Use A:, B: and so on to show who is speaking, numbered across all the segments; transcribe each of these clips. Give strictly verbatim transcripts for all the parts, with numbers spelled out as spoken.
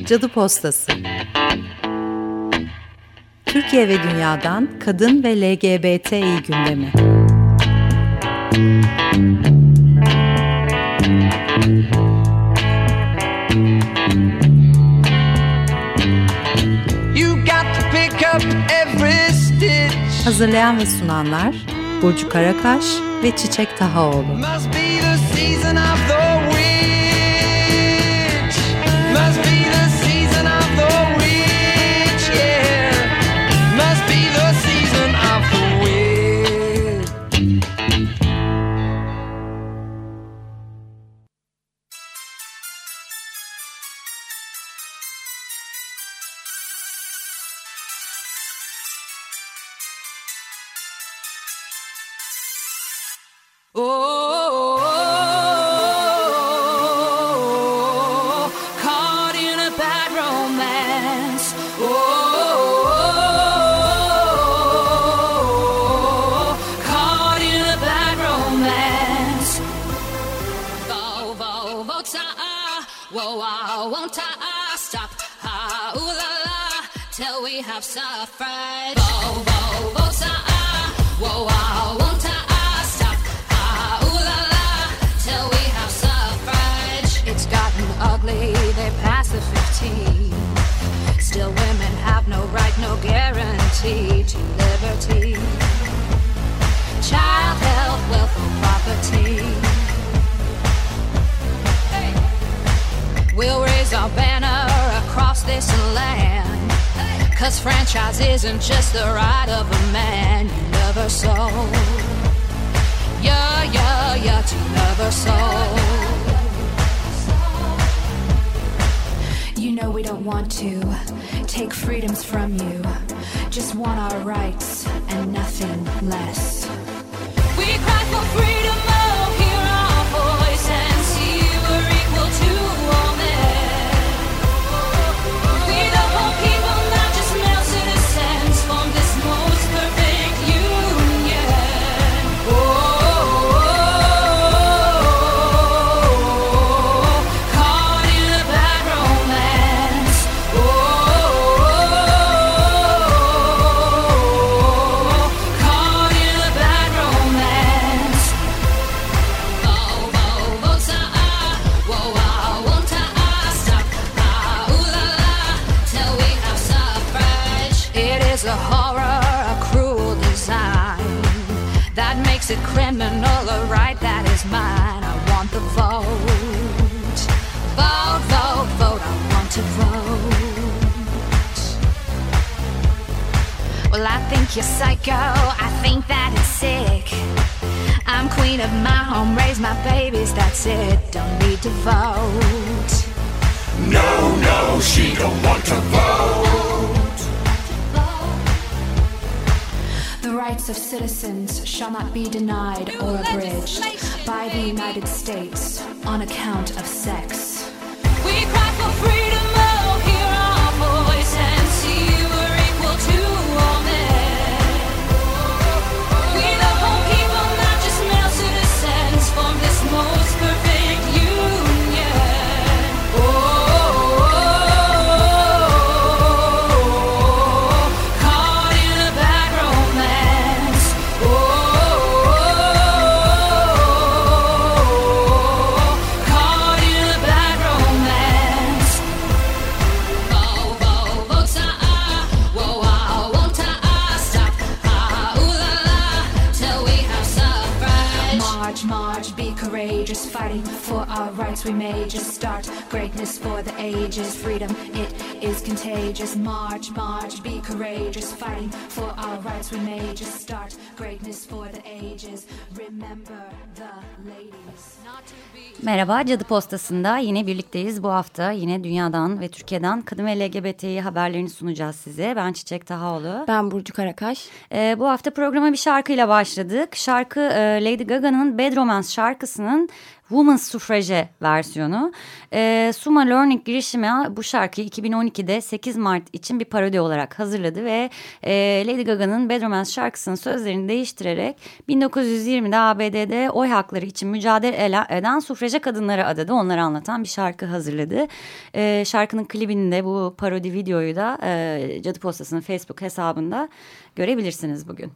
A: Cadı Postası. Türkiye ve dünyadan kadın ve L G B T İ gündemi. Hazırlayan ve sunanlar Burcu Karakaş ve Çiçek Tahaoğlu.
B: Still women have no right, no guarantee to liberty, child health, wealth or property. Hey. We'll raise our banner across this land, hey. 'Cause franchise isn't just the right of a man. You love her so, yeah, yeah, yeah, to love her so. You know we don't want to take freedoms from you, just want our rights and nothing less. We cry for freedom, oh, hear our voice and see we're equal to all men. We the whole people, not just male citizens, form this most perfect union. Oh, oh, oh, oh, caught in a bad romance. Oh, caught in a bad romance. Oh, oh, oh, ah, whoa, ah, won't ah, stop, ah, ooh la la, till we have suffrage. It is a horror, a cruel design that makes it criminal, a right that is mine. I want the vote, vote, vote, vote. I want to vote. Well, I think you're psycho, I think that it's sick. I'm queen of my home, raise my babies, that's it. Don't need to vote.
C: No, no, she don't want to vote.
B: The rights of citizens shall not be denied or abridged by the United States on account of sex. We cry for freedom, oh, hear our voice and see we're equal to all men. We the whole people, not just male citizens, form this most perfect union. Oh, oh, oh, oh, caught in a bad romance. Oh, caught in a bad romance. Oh, oh, oh, ah, whoa, ah, won't ah, stop, ah, ooh la la, till we have suffrage. March, march, be courageous, fighting for our rights. We may just start greatness for the ages. Freedom, it is contagious. March, march, be courageous, fighting for our rights. We may just start greatness for the ages. Remember the ladies. Not to be.
D: Merhaba, Cadı Postası'nda yine birlikteyiz. Bu hafta yine dünyadan ve Türkiye'den kadın ve L G B T İ haberlerini sunacağız size. Ben Çiçek Tahaoğlu.
E: Ben Burcu Karakaş.
D: Ee, bu hafta programa bir şarkıyla başladık. Şarkı e, Lady Gaga'nın Bad Romance şarkısının Women's Suffrage versiyonu. E, Suma Learning girişimi bu şarkıyı iki bin on ikide sekiz Mart için bir parodi olarak hazırladı ve e, Lady Gaga'nın Bad Romance şarkısının sözlerini değiştirerek bin dokuz yüz yirmide A B D'de oy hakları için mücadele eden sufraje kadınlara adadı. Onları anlatan bir şarkı hazırladı. E, şarkının klibini de bu parodi videoyu da e, Cadı Postası'nın Facebook hesabında görebilirsiniz bugün.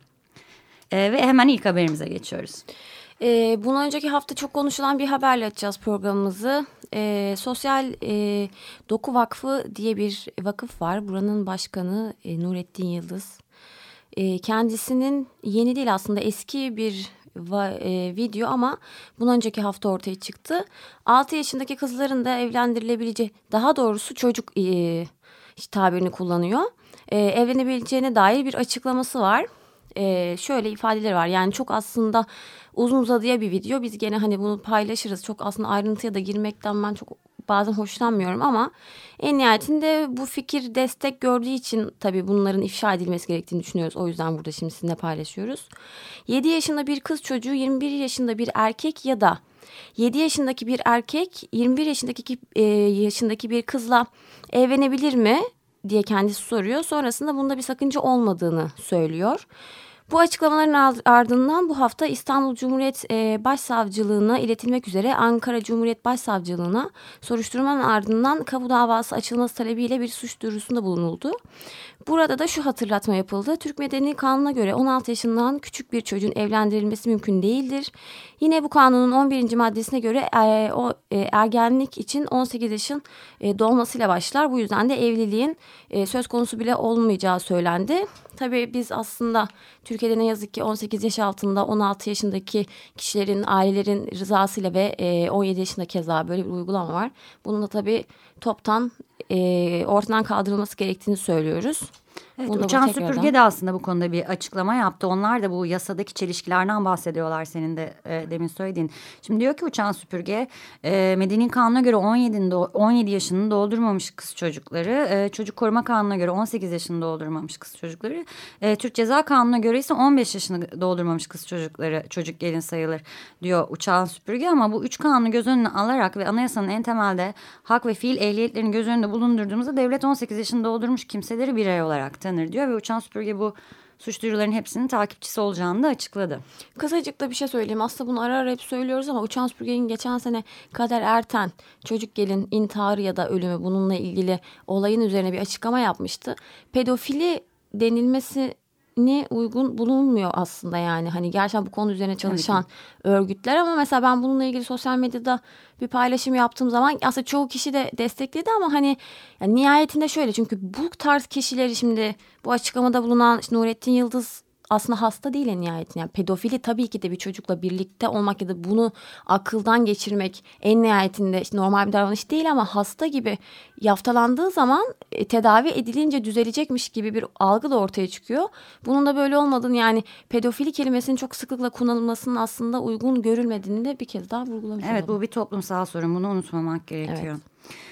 D: E, ve hemen ilk haberimize geçiyoruz.
E: Ee, bundan önceki hafta çok konuşulan bir haberle açacağız programımızı. Ee, Sosyal e, Doku Vakfı diye bir vakıf var. Buranın başkanı e, Nurettin Yıldız. E, kendisinin yeni değil aslında eski bir va- e, video ama bundan önceki hafta ortaya çıktı. altı yaşındaki kızların da evlendirilebileceği, daha doğrusu çocuk e, tabirini kullanıyor. E, evlenebileceğine dair bir açıklaması var. Ee, şöyle ifadeleri var, yani çok aslında uzun uzadıya bir video, biz gene hani bunu paylaşırız, çok aslında ayrıntıya da girmekten ben çok bazen hoşlanmıyorum ama en nihayetinde bu fikir destek gördüğü için tabii bunların ifşa edilmesi gerektiğini düşünüyoruz, o yüzden burada şimdi sizinle paylaşıyoruz. yedi yaşında bir kız çocuğu yirmi bir yaşında bir erkek ya da yedi yaşındaki bir erkek yirmi bir yaşındaki e, yaşındaki bir kızla evlenebilir mi diye kendisi soruyor. Sonrasında bunda bir sakınca olmadığını söylüyor. Bu açıklamaların ardından bu hafta İstanbul Cumhuriyet Başsavcılığına iletilmek üzere Ankara Cumhuriyet Başsavcılığına soruşturmanın ardından kamu davası açılması talebiyle bir suç duyurusunda bulunuldu. Burada da şu hatırlatma yapıldı. Türk Medeni Kanunu'na göre on altı yaşından küçük bir çocuğun evlendirilmesi mümkün değildir. Yine bu kanunun on birinci maddesine göre e, o e, ergenlik için on sekiz yaşın e, dolmasıyla başlar. Bu yüzden de evliliğin e, söz konusu bile olmayacağı söylendi. Tabii biz aslında Türkiye'de ne yazık ki on sekiz yaş altında on altı yaşındaki kişilerin, ailelerin rızasıyla ve e, on yedi yaşında keza böyle bir uygulama var. Bunun da tabii toptan e, ortadan kaldırılması gerektiğini söylüyoruz.
D: Evet, Uçan Süpürge de aslında bu konuda bir açıklama yaptı. Onlar da bu yasadaki çelişkilerden bahsediyorlar, senin de e, demin söylediğin. Şimdi diyor ki Uçan Süpürge, e, Medeni Kanunu'na göre on yedi yaşını doldurmamış kız çocukları, e, Çocuk Koruma Kanunu'na göre on sekiz yaşını doldurmamış kız çocukları, e, Türk Ceza Kanunu'na göre ise on beş yaşını doldurmamış kız çocukları çocuk gelin sayılır diyor Uçan Süpürge. Ama bu üç kanunu göz önüne alarak ve anayasanın en temelde hak ve fiil ehliyetlerini göz önünde bulundurduğumuzda devlet on sekiz yaşını doldurmuş kimseleri birey olarak tanır diyor ve Uçan Süpürge bu suç duyurularının hepsinin takipçisi olacağını da açıkladı.
E: Kısacık da bir şey söyleyeyim. Aslında bunu ara ara hep söylüyoruz ama Uçan Süpürge'nin geçen sene Kader Erten çocuk gelin intiharı ya da ölümü, bununla ilgili olayın üzerine bir açıklama yapmıştı. Pedofili denilmesi ne uygun bulunmuyor aslında, yani hani gerçekten bu konu üzerine çalışan örgütler, ama mesela ben bununla ilgili sosyal medyada bir paylaşım yaptığım zaman aslında çoğu kişi de destekledi ama hani yani nihayetinde şöyle, çünkü bu tarz kişileri, şimdi bu açıklamada bulunan işte Nurettin Yıldız aslında hasta değil en nihayetinde. Yani pedofili tabii ki de bir çocukla birlikte olmak ya da bunu akıldan geçirmek en nihayetinde işte normal bir davranış değil, ama hasta gibi yaftalandığı zaman e, tedavi edilince düzelecekmiş gibi bir algı da ortaya çıkıyor. Bunun da böyle olmadığını, yani pedofili kelimesinin çok sıklıkla kullanılmasının aslında uygun görülmediğini de bir kez daha vurgulamış
D: Evet,
E: olalım.
D: bu bir toplumsal sorun, bunu unutmamak gerekiyor.
E: Evet.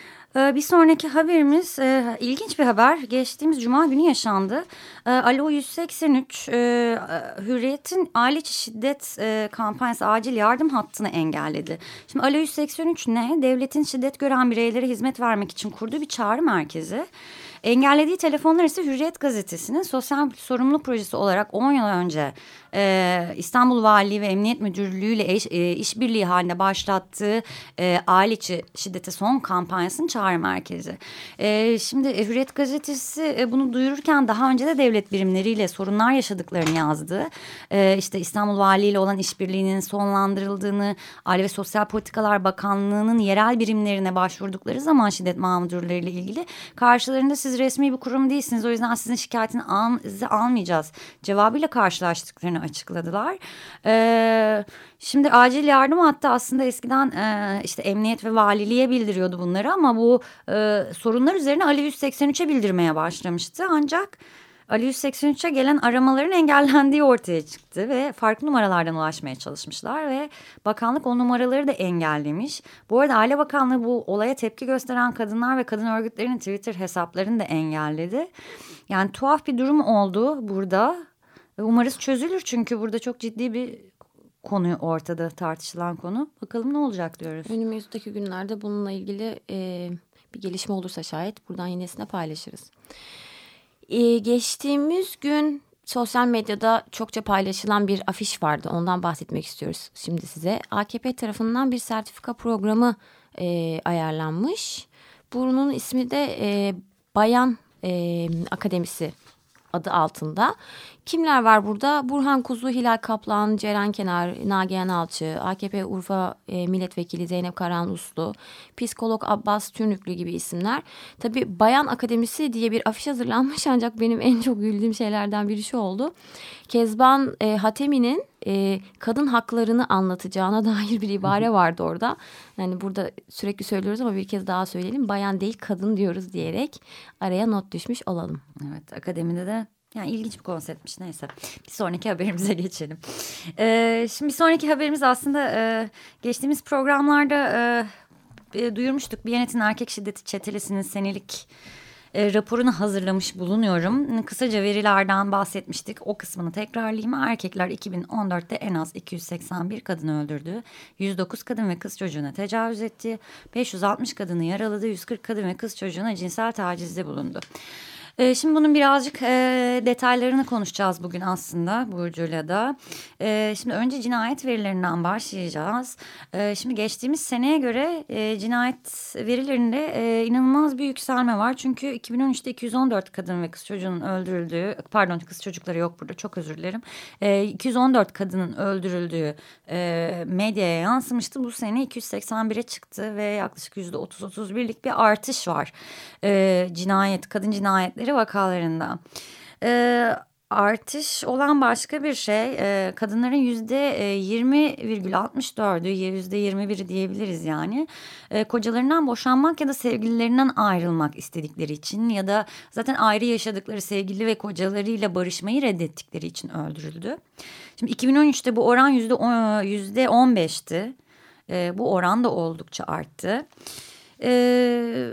D: Bir sonraki haberimiz e, ilginç bir haber. Geçtiğimiz Cuma günü yaşandı. E, Alo yüz seksen üç e, Hürriyet'in aile içi şiddet e, kampanyası acil yardım hattını engelledi. Şimdi Alo yüz seksen üç ne? Devletin şiddet gören bireylere hizmet vermek için kurduğu bir çağrı merkezi. Engellediği telefonlar ise Hürriyet Gazetesi'nin sosyal sorumluluk projesi olarak on yıl önce e, İstanbul Valiliği ve Emniyet Müdürlüğü ile iş, e, işbirliği halinde başlattığı e, aile içi şiddete son kampanyasının çağrı merkezi. E, şimdi Hürriyet Gazetesi e, bunu duyururken daha önce de devlet birimleriyle sorunlar yaşadıklarını yazdı. E, işte İstanbul Valiliği ile olan işbirliğinin sonlandırıldığını, Aile ve Sosyal Politikalar Bakanlığı'nın yerel birimlerine başvurdukları zaman şiddet mağdurlarıyla ilgili karşılarında siz resmi bir kurum değilsiniz, o yüzden sizin şikayetini al, sizi almayacağız cevabıyla karşılaştıklarını açıkladılar. Ee, şimdi acil yardım hattı aslında eskiden e, işte emniyet ve valiliğe bildiriyordu bunları, ama bu e, sorunlar üzerine Alo yüz seksen üçe bildirmeye başlamıştı. Ancak Alo yüz seksen üçe gelen aramaların engellendiği ortaya çıktı ve farklı numaralardan ulaşmaya çalışmışlar ve bakanlık o numaraları da engellemiş. Bu arada Aile Bakanlığı bu olaya tepki gösteren kadınlar ve kadın örgütlerinin Twitter hesaplarını da engelledi. Yani tuhaf bir durum oldu burada. Umarız çözülür, çünkü burada çok ciddi bir konuyu ortada, tartışılan konu. Bakalım ne olacak diyoruz.
E: Önümüzdeki günlerde bununla ilgili e, bir gelişme olursa şayet buradan yine paylaşırız. E, geçtiğimiz gün sosyal medyada çokça paylaşılan bir afiş vardı. Ondan bahsetmek istiyoruz şimdi size. A K P tarafından bir sertifika programı e, ayarlanmış. Bunun ismi de e, Bayan e, Akademisi adı altında. Kimler var burada? Burhan Kuzu, Hilal Kaplan, Ceren Kenar, Nagihan Alçı, A K P Urfa e, Milletvekili Zeynep Karahan Uslu, psikolog Abbas Tünüklü gibi isimler. Tabii Bayan Akademisi diye bir afiş hazırlanmış, ancak benim en çok güldüğüm şeylerden biri şu oldu. Kezban e, Hatemi'nin e, kadın haklarını anlatacağına dair bir ibare vardı orada. Yani burada sürekli söylüyoruz ama bir kez daha söyleyelim. Bayan değil kadın diyoruz diyerek araya not düşmüş olalım.
D: Evet, akademide de yani ilginç bir konseptmiş, neyse. Bir sonraki haberimize geçelim. Ee, şimdi bir sonraki haberimiz aslında e, geçtiğimiz programlarda e, e, duyurmuştuk. Biyanet'in erkek şiddeti çetelesinin senelik e, raporunu hazırlamış bulunuyorum. Kısaca verilerden bahsetmiştik. O kısmını tekrarlayayım. Erkekler iki bin on dörtte en az iki yüz seksen bir kadını öldürdü. yüz dokuz kadın ve kız çocuğuna tecavüz etti. beş yüz altmış kadını yaraladı. yüz kırk kadın ve kız çocuğuna cinsel tacizde bulundu. Şimdi bunun birazcık e, detaylarını konuşacağız bugün aslında Burcu'yla da. E, şimdi önce cinayet verilerinden başlayacağız. E, şimdi geçtiğimiz seneye göre e, cinayet verilerinde e, inanılmaz bir yükselme var. Çünkü iki bin on üçte iki yüz on dört kadın ve kız çocuğunun öldürüldüğü, pardon kız çocukları yok burada, çok özür dilerim. E, iki yüz on dört kadının öldürüldüğü e, medyaya yansımıştı. Bu sene iki yüz seksen bire çıktı ve yaklaşık yüzde otuz otuz birlik bir artış var. E, cinayet, kadın cinayetleri vakalarında. Ee, artış olan başka bir şey, e, kadınların yüzde yirmi virgül altmış dördü, yüzde yirmi biri diyebiliriz yani, e, kocalarından boşanmak ya da sevgililerinden ayrılmak istedikleri için ya da zaten ayrı yaşadıkları sevgili ve kocalarıyla barışmayı reddettikleri için öldürüldü. Şimdi iki bin on üçte bu oran yüzde on beşti. E, bu oran da oldukça arttı. E,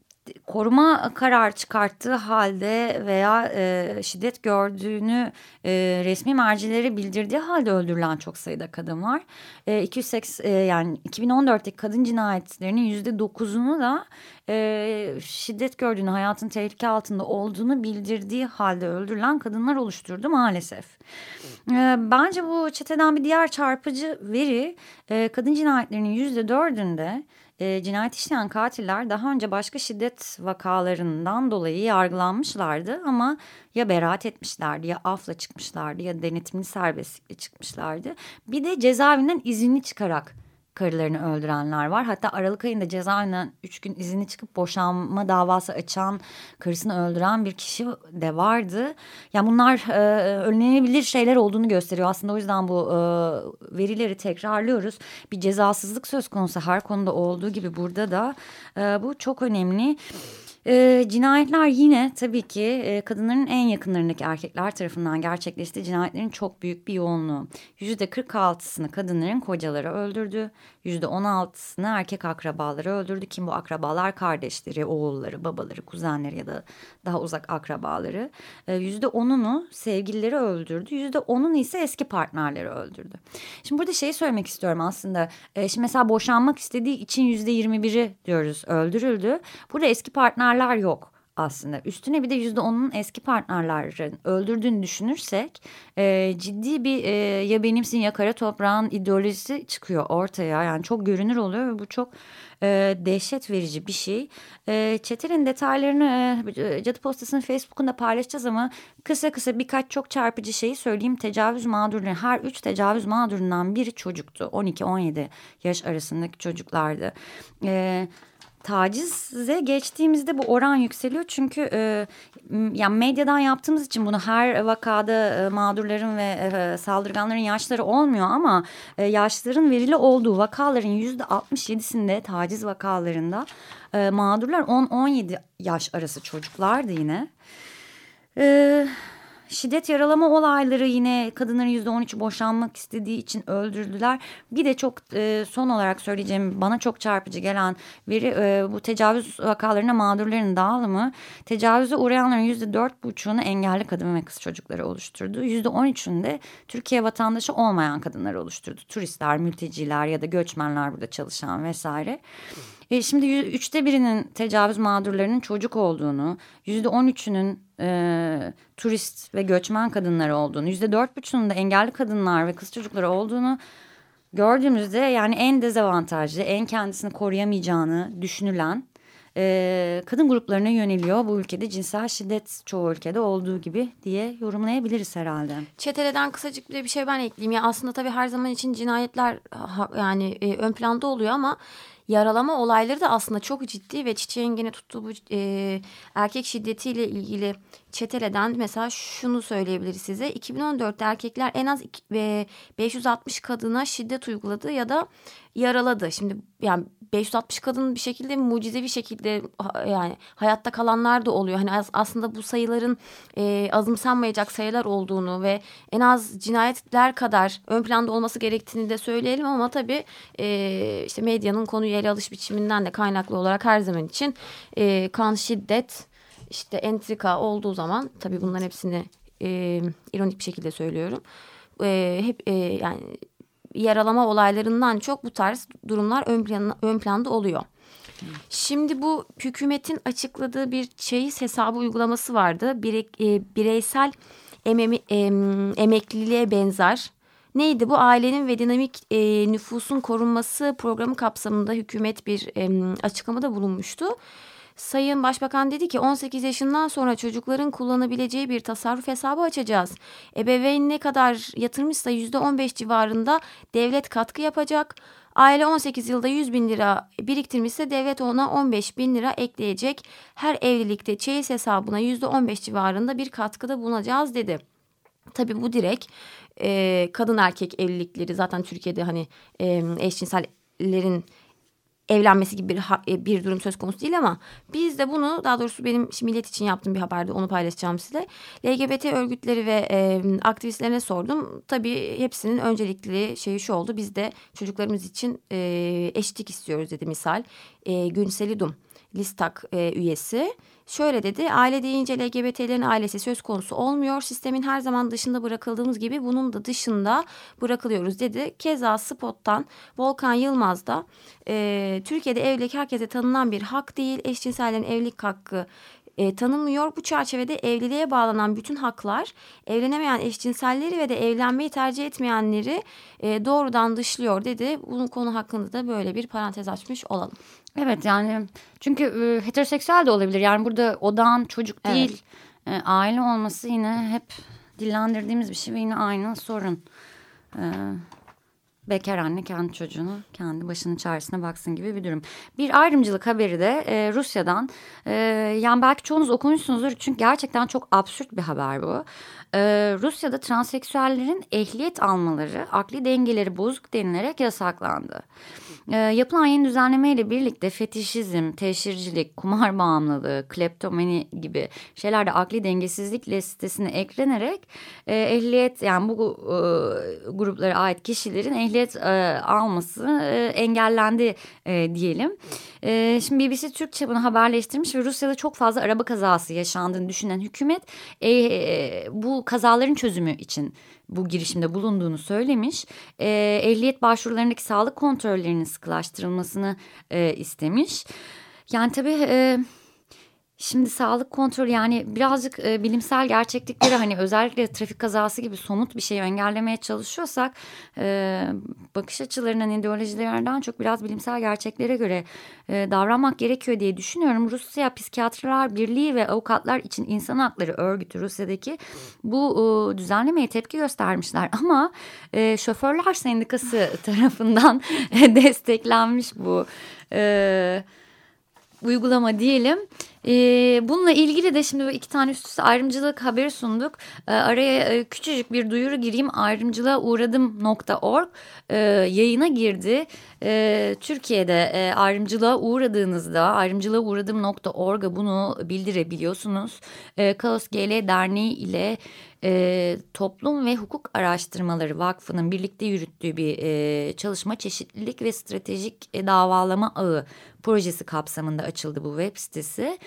D: koruma kararı çıkarttığı halde veya e, şiddet gördüğünü e, resmi mercilere bildirdiği halde öldürülen çok sayıda kadın var. E, iki yüz seksen e, yani iki bin on dörtteki kadın cinayetlerinin yüzde dokuzunu da e, şiddet gördüğünü, hayatın tehlike altında olduğunu bildirdiği halde öldürülen kadınlar oluşturdu maalesef. E, bence bu çeteden bir diğer çarpıcı veri, e, kadın cinayetlerinin yüzde dördünde E, cinayet işleyen katiller daha önce başka şiddet vakalarından dolayı yargılanmışlardı ama ya beraat etmişlerdi, ya afla çıkmışlardı, ya denetimli serbestlikle çıkmışlardı. Bir de cezaevinden izinli çıkarak karılarını öldürenler var. Hatta Aralık ayında cezaevinden üç gün izinli çıkıp boşanma davası açan, karısını öldüren bir kişi de vardı. Yani bunlar e, önlenebilir şeyler olduğunu gösteriyor. Aslında o yüzden bu e, verileri tekrarlıyoruz. Bir cezasızlık söz konusu her konuda olduğu gibi burada da e, bu çok önemli. E, cinayetler yine tabii ki e, kadınların en yakınlarındaki erkekler tarafından gerçekleşti. Cinayetlerin çok büyük bir yoğunluğu. yüzde kırk altısını kadınların kocaları öldürdü. yüzde on altısını erkek akrabaları öldürdü. Kim bu akrabalar? Kardeşleri, oğulları, babaları, kuzenleri ya da daha uzak akrabaları. E, yüzde onunu sevgilileri öldürdü. yüzde onunu ise eski partnerleri öldürdü. Şimdi burada şeyi söylemek istiyorum aslında. E, şimdi mesela boşanmak istediği için yüzde yirmi biri diyoruz öldürüldü. Burada eski partnerler yok aslında. Üstüne bir de yüzde onunun eski partnerlerin öldürdüğünü düşünürsek e, ciddi bir e, ya benimsin ya kara toprağın ideolojisi çıkıyor ortaya. Yani çok görünür oluyor ve bu çok e, dehşet verici bir şey. E, çetenin detaylarını e, Cadı Postası'nın Facebook'unda paylaşacağız ama kısa kısa birkaç çok çarpıcı şeyi söyleyeyim. Tecavüz mağdurları, her üç tecavüz mağdurundan biri çocuktu. on iki on yedi yaş arasındaki çocuklardı. E, Tacize geçtiğimizde bu oran yükseliyor çünkü e, yani medyadan yaptığımız için bunu her vakada e, mağdurların ve e, saldırganların yaşları olmuyor ama e, yaşların verili olduğu vakaların yüzde altmış yedisinde taciz vakalarında e, mağdurlar on on yedi yaş arası çocuklardı yine. E, şiddet yaralama olayları yine kadınların yüzde on üçü boşanmak istediği için öldürdüler. Bir de çok e, son olarak söyleyeceğim bana çok çarpıcı gelen veri e, bu tecavüz vakalarına mağdurların dağılımı. Tecavüze uğrayanların yüzde dört buçuğunu engelli kadın ve kız çocukları oluşturdu. Yüzde on üçünde Türkiye vatandaşı olmayan kadınları oluşturdu. Turistler, mülteciler ya da göçmenler burada çalışan vesaire. E, şimdi üçte birinin tecavüz mağdurlarının çocuk olduğunu, yüzde on üçünün e, turist ve göçmen kadınlar olduğunu, yüzde dört buçuğunun da engelli kadınlar ve kız çocukları olduğunu gördüğümüzde yani en dezavantajlı, en kendisini koruyamayacağını düşünülen e, kadın gruplarına yöneliyor. Bu ülkede cinsel şiddet çoğu ülkede olduğu gibi diye yorumlayabiliriz herhalde.
E: Çeteleden kısacık bir şey ben ekleyeyim. Ya aslında tabii her zaman için cinayetler yani e, ön planda oluyor ama yaralama olayları da aslında çok ciddi ve Çiçek'in gene tuttuğu bu e, erkek şiddetiyle ilgili çeteleden mesela şunu söyleyebiliriz size. iki bin on dörtte erkekler en az e, beş yüz altmış kadına şiddet uyguladı ya da yaraladı. Şimdi yani beş yüz altmış kadın bir şekilde mucizevi şekilde yani hayatta kalanlar da oluyor. Hani aslında bu sayıların e, azımsanmayacak sayılar olduğunu ve en az cinayetler kadar ön planda olması gerektiğini de söyleyelim ama tabii e, işte medyanın konuyu ele alış biçiminden de kaynaklı olarak her zaman için e, kan, şiddet, işte entrika olduğu zaman tabii bunların hepsini e, ironik bir şekilde söylüyorum. E, hep e, yani yaralama olaylarından çok bu tarz durumlar ön, plan, ön planda oluyor. Hmm. Şimdi bu hükümetin açıkladığı bir çeyiz hesabı uygulaması vardı. Bire, e, bireysel ememi, e, emekliliğe benzer. Neydi bu? Ailenin ve dinamik e, nüfusun korunması programı kapsamında hükümet bir e, açıklamada bulunmuştu. Sayın Başbakan dedi ki on sekiz yaşından sonra çocukların kullanabileceği bir tasarruf hesabı açacağız. Ebeveyn ne kadar yatırmışsa yüzde on beş civarında devlet katkı yapacak. Aile on sekiz yılda yüz bin lira biriktirmişse devlet ona on beş bin lira ekleyecek. Her evlilikte çeyiz hesabına yüzde on beş civarında bir katkıda bulunacağız dedi. Tabii bu direkt e, kadın erkek evlilikleri zaten Türkiye'de hani e, eşcinsellerin evlenmesi gibi bir, bir durum söz konusu değil ama biz de bunu daha doğrusu benim Millet için yaptığım bir haberde onu paylaşacağım size. L G B T örgütleri ve e, aktivistlerine sordum. Tabii hepsinin öncelikli şeyi şu oldu. Biz de çocuklarımız için e, eşitlik istiyoruz dedi misal. E, Günselidum Listak e, üyesi. Şöyle dedi, aile deyince L G B T'lerin ailesi söz konusu olmuyor. Sistemin her zaman dışında bırakıldığımız gibi bunun da dışında bırakılıyoruz dedi. Keza Spot'tan Volkan Yılmaz da e, Türkiye'de evlilik herkese tanınan bir hak değil. Eşcinsellerin evlilik hakkı e, tanınmıyor. Bu çerçevede evliliğe bağlanan bütün haklar evlenemeyen eşcinselleri ve de evlenmeyi tercih etmeyenleri e, doğrudan dışlıyor dedi. Bunun konu hakkında da böyle bir parantez açmış olalım.
D: Evet yani çünkü e, heteroseksüel de olabilir. Yani burada odağın çocuk değil evet. e, aile olması yine hep dillendirdiğimiz bir şey ve yine aynı sorun. E, bekar anne kendi çocuğunu kendi başının çaresine baksın gibi bir durum. Bir ayrımcılık haberi de e, Rusya'dan. E, yani belki çoğunuz okumuşsunuzdur çünkü gerçekten çok absürt bir haber bu. E, Rusya'da transseksüellerin ehliyet almaları akli dengeleri bozuk denilerek yasaklandı. E, yapılan yeni düzenlemeyle birlikte fetişizm, teşhircilik, kumar bağımlılığı, kleptomani gibi şeyler de akli dengesizlik listesine eklenerek e, ehliyet yani bu e, gruplara ait kişilerin ehliyet e, alması e, engellendi e, diyelim. E, şimdi B B C Türkçe bunu haberleştirmiş ve Rusya'da çok fazla araba kazası yaşandığını düşünen hükümet e, e, bu kazaların çözümü için bu girişimde bulunduğunu söylemiş. E, ehliyet başvurularındaki sağlık kontrollerinin sıkılaştırılmasını e, istemiş. Yani tabii e, şimdi sağlık kontrolü yani birazcık e, bilimsel gerçeklikleri hani özellikle trafik kazası gibi somut bir şeyi engellemeye çalışıyorsak e, bakış açılarından ideolojilerden çok biraz bilimsel gerçeklere göre e, davranmak gerekiyor diye düşünüyorum. Rusya Psikiyatrlar Birliği ve Avukatlar için İnsan Hakları Örgütü Rusya'daki bu e, düzenlemeye tepki göstermişler ama e, Şoförler Sendikası tarafından desteklenmiş bu e, uygulama diyelim. Ee, bununla ilgili de şimdi iki tane üst üste ayrımcılık haberi sunduk. Ee, araya e, küçücük bir duyuru gireyim. ayrımcılığa uğradım nokta org e, yayına girdi. E, Türkiye'de e, ayrımcılığa uğradığınızda ayrımcılığa uğradım nokta org'a bunu bildirebiliyorsunuz. E, Kaos G L Derneği ile e, Toplum ve Hukuk Araştırmaları Vakfı'nın birlikte yürüttüğü bir e, çalışma, çeşitlilik ve stratejik e, davalama ağı projesi kapsamında açıldı bu web sitesi.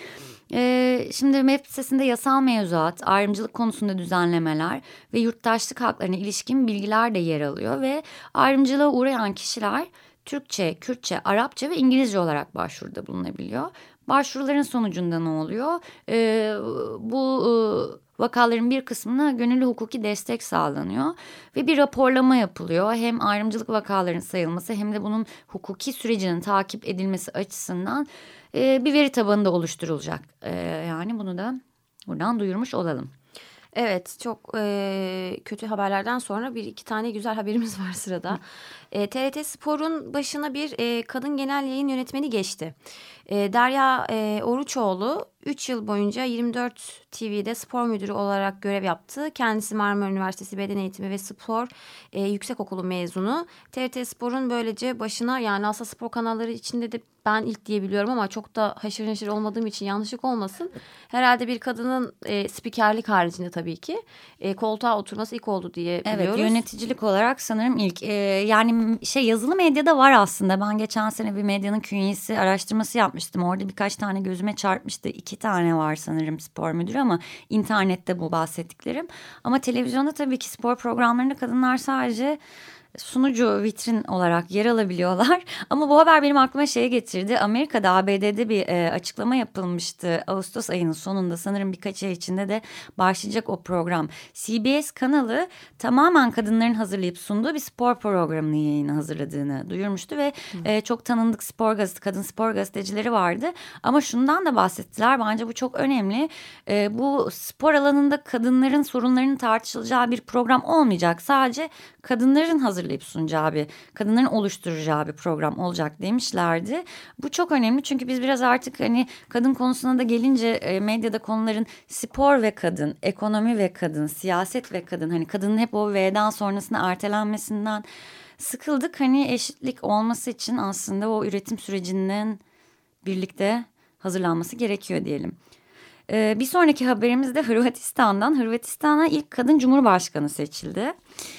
D: E, şimdi web sitesinde yasal mevzuat, ayrımcılık konusunda düzenlemeler ve yurttaşlık haklarına ilişkin bilgiler de yer alıyor ve ayrımcılığa uğrayan kişiler Türkçe, Kürtçe, Arapça ve İngilizce olarak başvuruda bulunabiliyor. Başvuruların sonucunda ne oluyor? Ee, bu e, vakaların bir kısmına gönüllü hukuki destek sağlanıyor ve bir raporlama yapılıyor. Hem ayrımcılık vakalarının sayılması hem de bunun hukuki sürecinin takip edilmesi açısından e, bir veri tabanı da oluşturulacak. E, yani bunu da buradan duyurmuş olalım.
E: Evet, çok e, kötü haberlerden sonra bir iki tane güzel haberimiz var sırada. E, T R T Spor'un başına bir e, kadın genel yayın yönetmeni geçti. E, Derya e, Oruçoğlu üç yıl boyunca yirmi dört T V'de spor müdürü olarak görev yaptı. Kendisi Marmara Üniversitesi Beden Eğitimi ve Spor e, Yüksekokulu mezunu. T R T Spor'un böylece başına, yani aslında spor kanalları içinde de ben ilk diyebiliyorum ama çok da haşır neşir olmadığım için yanlışlık olmasın. Herhalde bir kadının e, spikerlik haricinde tabii ki e, koltuğa oturması ilk oldu diye biliyoruz.
D: Evet, yöneticilik olarak sanırım ilk. E, yani şey, yazılı medyada var aslında. Ben geçen sene bir medyanın künyesi araştırması yapmıştım. Orada birkaç tane gözüme çarpmıştı. İki tane var sanırım spor müdürü ama internette bu bahsettiklerim. Ama televizyonda tabii ki spor programlarında kadınlar sadece sunucu, vitrin olarak yer alabiliyorlar. Ama bu haber benim aklıma şeye getirdi. Amerika'da, A B D'de bir e, açıklama yapılmıştı. Ağustos ayının sonunda, sanırım birkaç ay içinde de başlayacak o program. C B S kanalı tamamen kadınların hazırlayıp sunduğu bir spor programının yayını hazırladığını duyurmuştu ve e, çok tanındık spor gazete, kadın spor gazetecileri vardı. Ama şundan da bahsettiler. Bence bu çok önemli. E, bu spor alanında kadınların sorunlarının tartışılacağı bir program olmayacak. Sadece kadınların hazırlayıp sunacağı bir, kadınların oluşturacağı bir program olacak demişlerdi. Bu çok önemli çünkü biz biraz artık hani kadın konusuna da gelince e, medyada konuların spor ve kadın, ekonomi ve kadın, siyaset ve kadın, hani kadının hep o V'den sonrasına ertelenmesinden sıkıldık. Hani eşitlik olması için aslında o üretim sürecinin birlikte hazırlanması gerekiyor diyelim. Ee, bir sonraki haberimiz de Hırvatistan'dan. Hırvatistan'a ilk kadın cumhurbaşkanı seçildi.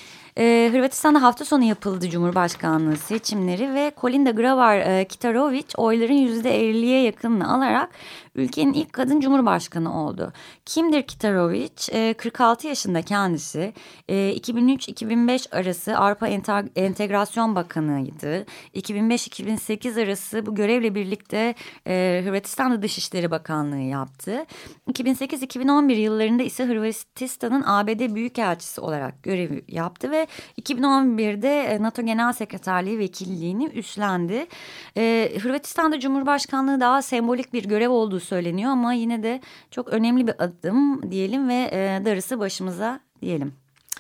D: Ee, Hırvatistan'da hafta sonu yapıldı Cumhurbaşkanlığı seçimleri ve Kolinda Grabar-Kitarović oyların yüzde elliye yakınını alarak ülkenin ilk kadın cumhurbaşkanı oldu. Kimdir Kitarović? Ee, kırk altı yaşında kendisi. Ee, iki bin üç iki bin beş arası Avrupa Entegrasyon Bakanı'ydı. iki bin beş iki bin sekiz arası bu görevle birlikte e, Hırvatistan'da Dışişleri Bakanlığı yaptı. iki bin sekiz iki bin on bir yıllarında ise Hırvatistan'ın A B D Büyükelçisi olarak görev yaptı ve iki bin on birde NATO Genel Sekreterliği vekilliğini üstlendi. Ee, Hırvatistan'da Cumhurbaşkanlığı daha sembolik bir görev olduğu söyleniyor ama yine de çok önemli bir adım diyelim ve e, darısı başımıza diyelim.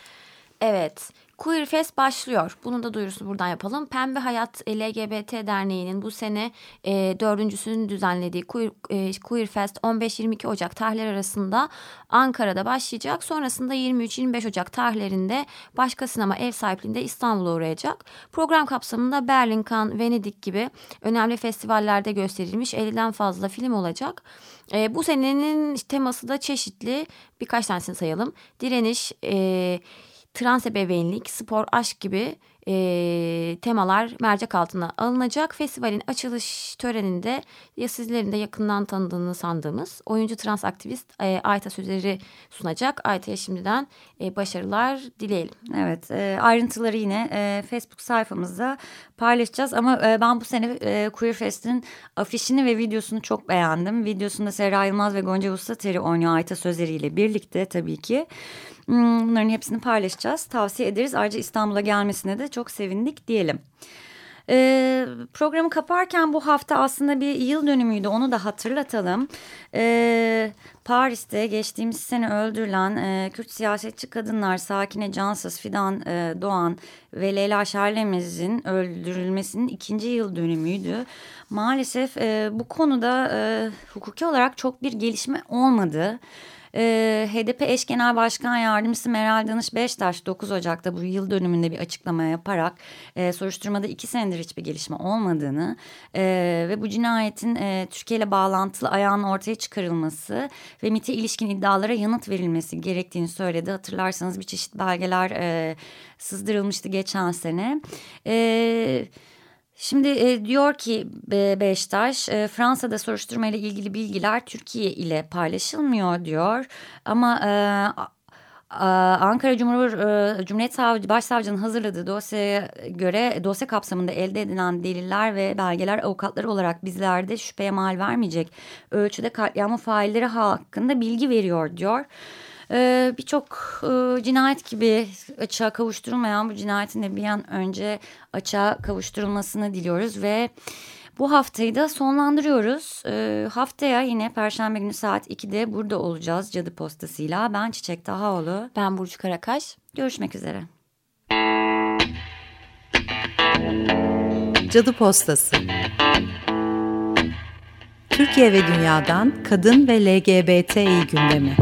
E: Evet. Queer Fest başlıyor. Bunun da duyurusunu buradan yapalım. Pembe Hayat L G B T Derneği'nin bu sene e, dördüncüsünü düzenlediği Queer, e, Queer Fest on beş yirmi iki Ocak tarihleri arasında Ankara'da başlayacak. Sonrasında yirmi üç yirmi beş Ocak tarihlerinde Başka Sinema ev sahipliğinde İstanbul'a uğrayacak. Program kapsamında Berlin, Cannes, Venedik gibi önemli festivallerde gösterilmiş elliden fazla film olacak. E, bu senenin teması da çeşitli. Birkaç tanesini sayalım. Direniş, e, trans ebeveynlik, spor, aşk gibi e, temalar mercek altına alınacak. Festivalin açılış töreninde ya sizlerin de yakından tanıdığını sandığımız oyuncu trans aktivist e, Ayta Sözer'i sunacak. Ayta'ya şimdiden e, başarılar dileyelim.
D: Evet, e, ayrıntıları yine e, Facebook sayfamızda paylaşacağız ama e, ben bu sene e, Queer Fest'in afişini ve videosunu çok beğendim. Videosunda Serra Yılmaz ve Gonca Ustateri oynuyor Ayta Sözeri ile birlikte tabii ki. Bunların hepsini paylaşacağız. Tavsiye ederiz. Ayrıca İstanbul'a gelmesine de çok sevindik diyelim. Ee, programı kaparken bu hafta aslında bir yıl dönümüydü. Onu da hatırlatalım. Ee, Paris'te geçtiğimiz sene öldürülen e, Kürt siyasetçi kadınlar Sakine Cansız, Fidan e, Doğan ve Leyla Şerlemez'in öldürülmesinin ikinci yıl dönümüydü. Maalesef e, bu konuda e, hukuki olarak çok bir gelişme olmadı. E, H D P eş genel başkan yardımcısı Meral Danış Beştaş dokuz Ocak'ta bu yıl dönümünde bir açıklama yaparak e, soruşturmada iki senedir hiçbir gelişme olmadığını e, ve bu cinayetin e, Türkiye ile bağlantılı ayağının ortaya çıkarılması ve MİT'e ilişkin iddialara yanıt verilmesi gerektiğini söyledi. Hatırlarsanız bir çeşit belgeler e, sızdırılmıştı geçen sene. Evet. Şimdi e, diyor ki Be Beştaş, e, Fransa'da soruşturma ile ilgili bilgiler Türkiye ile paylaşılmıyor diyor. Ama e, a, Ankara Cumhur, e, Cumhuriyet Savcı, Başsavcının hazırladığı dosyaya göre dosya kapsamında elde edilen deliller ve belgeler avukatları olarak bizlerde şüpheye mal vermeyecek ölçüde katliamın failleri hakkında bilgi veriyor diyor. Ee, Birçok e, cinayet gibi açığa kavuşturulmayan bu cinayetin de bir an önce açığa kavuşturulmasını diliyoruz ve bu haftayı da sonlandırıyoruz. Ee, haftaya yine Perşembe günü saat ikide burada olacağız Cadı Postası'yla. Ben Çiçek Tahaoğlu.
E: Ben Burcu Karakaş.
D: Görüşmek üzere.
A: Cadı Postası. Türkiye ve dünyadan kadın ve L G B T İ gündemi.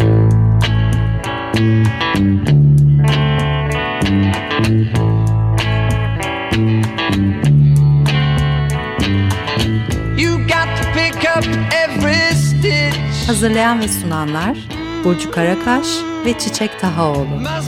A: Hazırlayan ve sunanlar Burcu Karakaş ve Çiçek Tahaoğlu.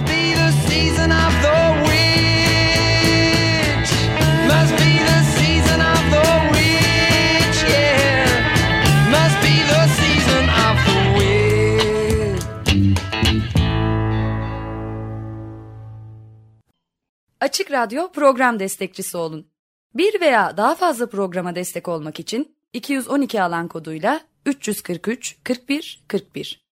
F: Açık Radyo program destekçisi olun. Bir veya daha fazla programa destek olmak için iki yüz on iki alan koduyla üç yüz kırk üç kırk bir kırk bir